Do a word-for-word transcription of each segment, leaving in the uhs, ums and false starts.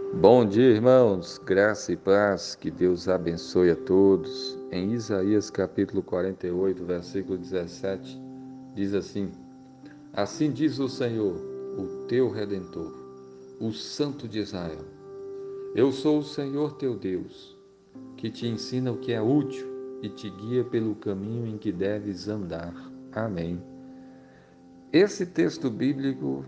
Bom dia, irmãos, graça e paz, que Deus abençoe a todos. Em Isaías capítulo quarenta e oito, versículo dezessete, diz assim: Assim diz o Senhor, o teu Redentor, o Santo de Israel: Eu sou o Senhor teu Deus, que te ensina o que é útil e te guia pelo caminho em que deves andar. Amém. Esse texto bíblico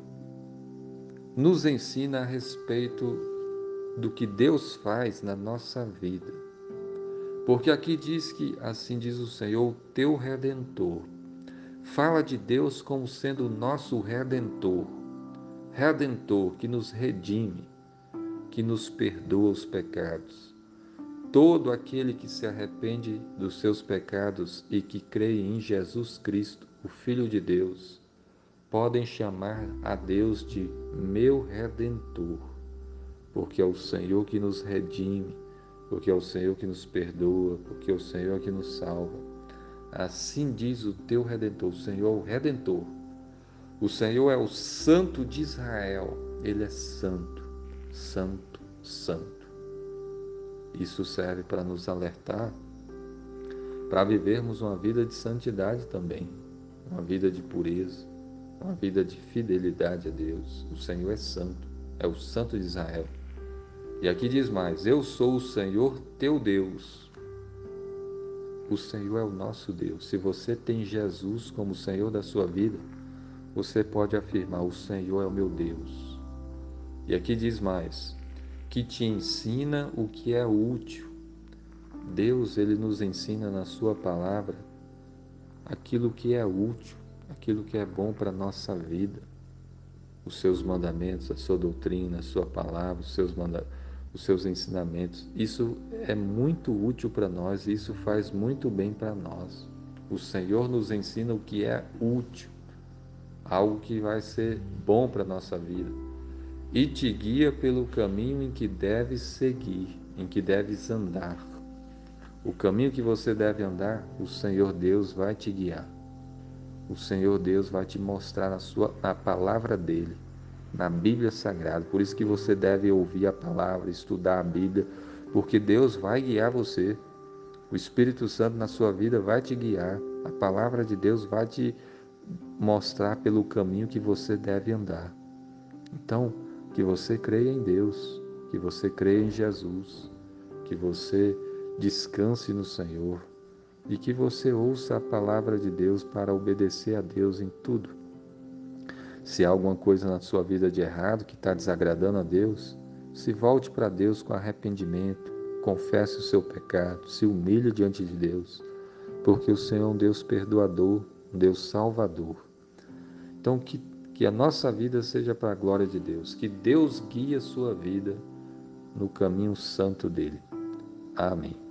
nos ensina a respeito do que Deus faz na nossa vida. Porque aqui diz que, assim diz o Senhor, o teu Redentor. Fala de Deus como sendo o nosso Redentor. Redentor que nos redime, que nos perdoa os pecados. Todo aquele que se arrepende dos seus pecados e que crê em Jesus Cristo, o Filho de Deus, podem chamar a Deus de meu Redentor, porque é o Senhor que nos redime, porque é o Senhor que nos perdoa, porque é o Senhor que nos salva. Assim diz o teu Redentor, o Senhor é o Redentor. O Senhor é o Santo de Israel. Ele é santo, santo, santo. Isso serve para nos alertar, para vivermos uma vida de santidade também, uma vida de pureza, uma vida de fidelidade a Deus. O Senhor é santo, é o Santo de Israel. E aqui diz mais: Eu sou o Senhor teu Deus. O Senhor é o nosso Deus. Se você tem Jesus como Senhor da sua vida, você pode afirmar: o Senhor é o meu Deus. E aqui diz mais: que te ensina o que é útil. Deus, ele nos ensina na sua palavra aquilo que é útil, aquilo que é bom para a nossa vida. Os seus mandamentos, a sua doutrina, a sua palavra, os seus mandamentos, os seus ensinamentos. Isso é muito útil para nós, e isso faz muito bem para nós. O Senhor nos ensina o que é útil, algo que vai ser bom para a nossa vida, e te guia pelo caminho em que deves seguir, em que deves andar. O caminho que você deve andar, o Senhor Deus vai te guiar. O Senhor Deus vai te mostrar na sua, na palavra dele, na Bíblia Sagrada. Por isso que você deve ouvir a palavra, estudar a Bíblia, porque Deus vai guiar você. O Espírito Santo na sua vida vai te guiar. A palavra de Deus vai te mostrar pelo caminho que você deve andar. Então, que você creia em Deus, que você creia em Jesus, que você descanse no Senhor e que você ouça a palavra de Deus para obedecer a Deus em tudo. Se há alguma coisa na sua vida de errado que está desagradando a Deus, se volte para Deus com arrependimento, confesse o seu pecado, se humilhe diante de Deus, porque o Senhor é um Deus perdoador, um Deus salvador. Então, que, que a nossa vida seja para a glória de Deus, que Deus guie a sua vida no caminho santo dele. Amém.